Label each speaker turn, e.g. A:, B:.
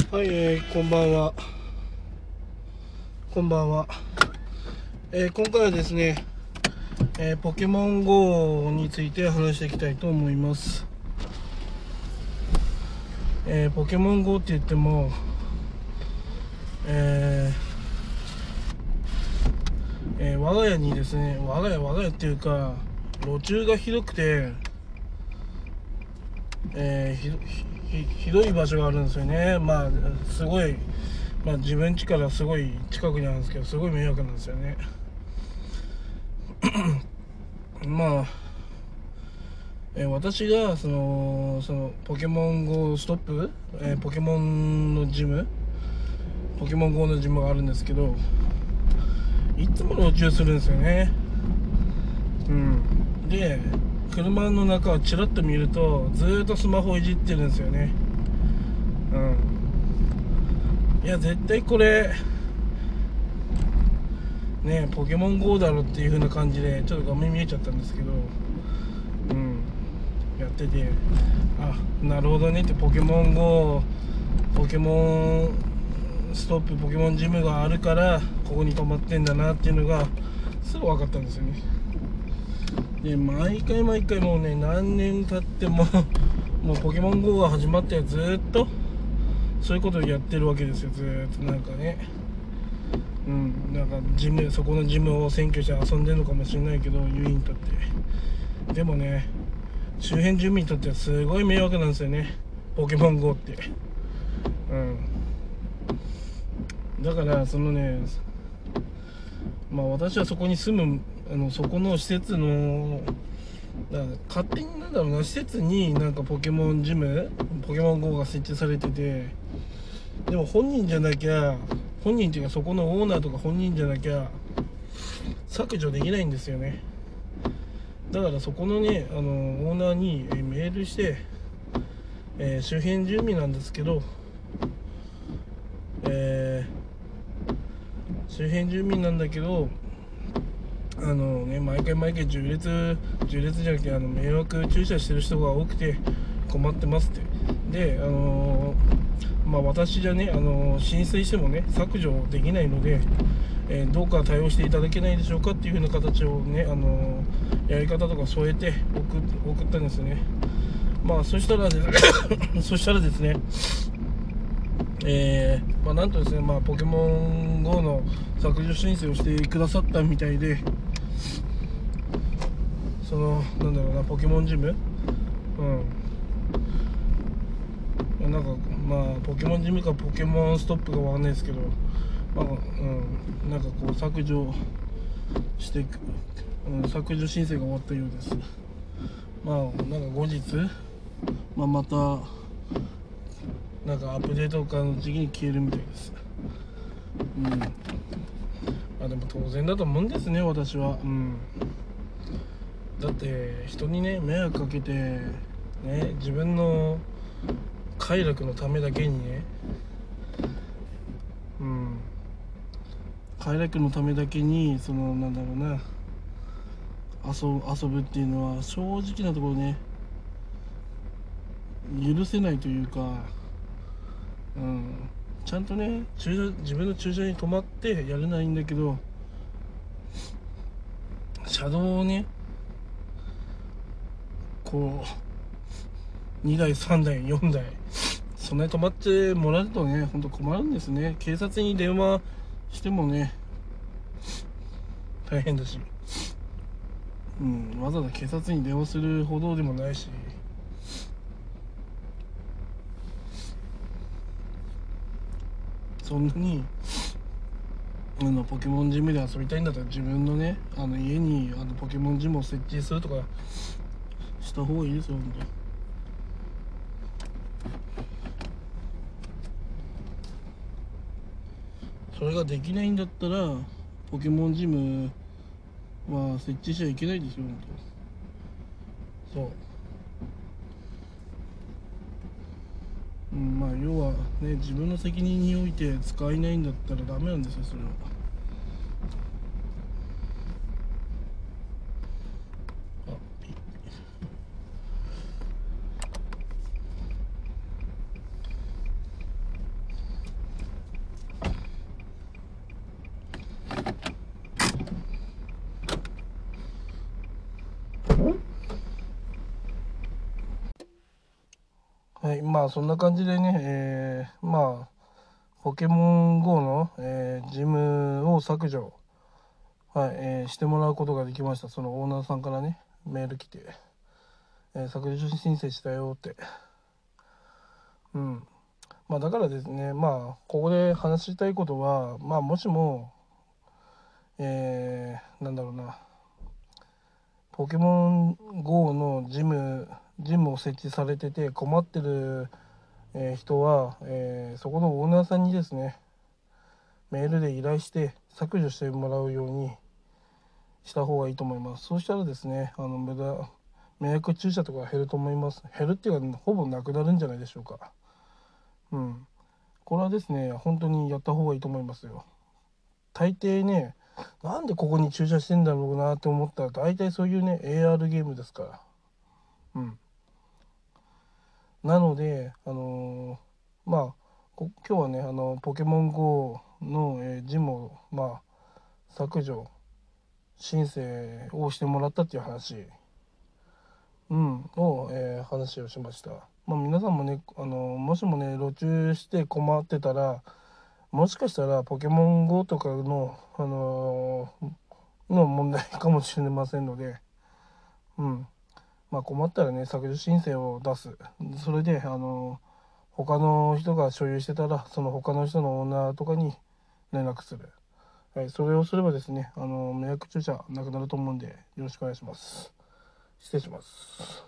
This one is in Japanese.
A: はい、こんばんは。こんばんは。今回はですね、ポケモン GO について話していきたいと思います。ポケモン GO って言っても、我が家にですね、我が家っていうか、路駐がひどくて、ひどい場所があるんですよね。すごい、自分家からすごい近くにあるんですけど、すごい迷惑なんですよね。私がそのポケモン GO ストップ、ポケモンのジムポケモン GO のジムがあるんですけど、いつも路駐するんですよね。で、車の中をちらっと見るとずーっとスマホいじってるんですよね。いや、絶対これね、ポケモン GO だろっていう風な感じでちょっと画面見えちゃったんですけど、やってて、なるほどねって。ポケモンストップ、ポケモンジムがあるからここに泊まってんだなっていうのがすぐ分かったんですよね。で、毎回もうね、何年経ってももうポケモン GO が始まってずっとそういうことをやってるわけですよ。ずっとなんかね、なんかそこのジムを占拠して遊んでるのかもしれないけど、ユイにとって。でもね、周辺住民にとってはすごい迷惑なんですよね、ポケモン GO って。だからそのね、私はそこに住む、そこの施設の、勝手に施設になんかポケモンジム、ポケモン GO が設置されてて、でも本人っていうかそこのオーナーとか本人じゃなきゃ削除できないんですよね。だからそこのね、オーナーにメールして、周辺住民なんですけど、周辺住民なんだけど、毎回縦列じゃなくて迷惑駐車してる人が多くて困ってますって。で、私じゃね、申請してもね削除できないので、どうか対応していただけないでしょうかっていう風な形をね、やり方とか添えて送ったんですよね。そしたらですね、なんとですね、ポケモン GO の削除申請をしてくださったみたいで、ポケモンジム、ポケモンジムかポケモンストップかわかんないですけど、削除して削除申請が終わったようです。後日、またアップデートかの時期に消えるみたいです。でも当然だと思うんですね、私は。だって人にね迷惑かけてね、自分の快楽のためだけにね、快楽のためだけに遊ぶっていうのは正直なところね、許せないというか、ちゃんとね自分の駐車に止まってやれないんだけど、車道をねこう2台3台4台そんなに止まってもらうとね、ほんと困るんですね。警察に電話してもね大変だし、わざわざ警察に電話するほどでもないし、そんなにポケモンジムで遊びたいんだったら自分のね家にポケモンジムを設置するとかした方がいいですよ、本当。それができないんだったらポケモンジムは設置しちゃいけないですよ、本当。そう、要はね、自分の責任において使えないんだったらダメなんですよ、それは。 まあそんな感じでね、まあポケモン GO の、ジムを削除、はいしてもらうことができました。そのオーナーさんからねメール来て、削除申請したよって。まあだからですね、まあここで話したいことは、まあもしも、なんだろうな、ポケモン GO のジムを設置されてて困ってる、人は、そこのオーナーさんにですね、メールで依頼して削除してもらうようにした方がいいと思います。そうしたらですね、迷惑駐車とか減ると思います。減るっていうか、ほぼなくなるんじゃないでしょうか。これはですね、本当にやった方がいいと思いますよ。大抵ね、なんでここに駐車してんだろうなって思ったら、大体そういうね、AR ゲームですから。なので、まあ、今日はね、ポケモン GO の、ジムを、まあ、削除、申請をしてもらったっていう話、話をしました。まあ、皆さんもね、もしもね、路駐して困ってたら、もしかしたらポケモン GO とかの、の問題かもしれませんので、まあ、困ったらね、削除申請を出す。それで、他の人が所有してたら、その他の人のオーナーとかに連絡する。はい、それをすればですね、迷惑駐車なくなると思うんで、よろしくお願いします。失礼します。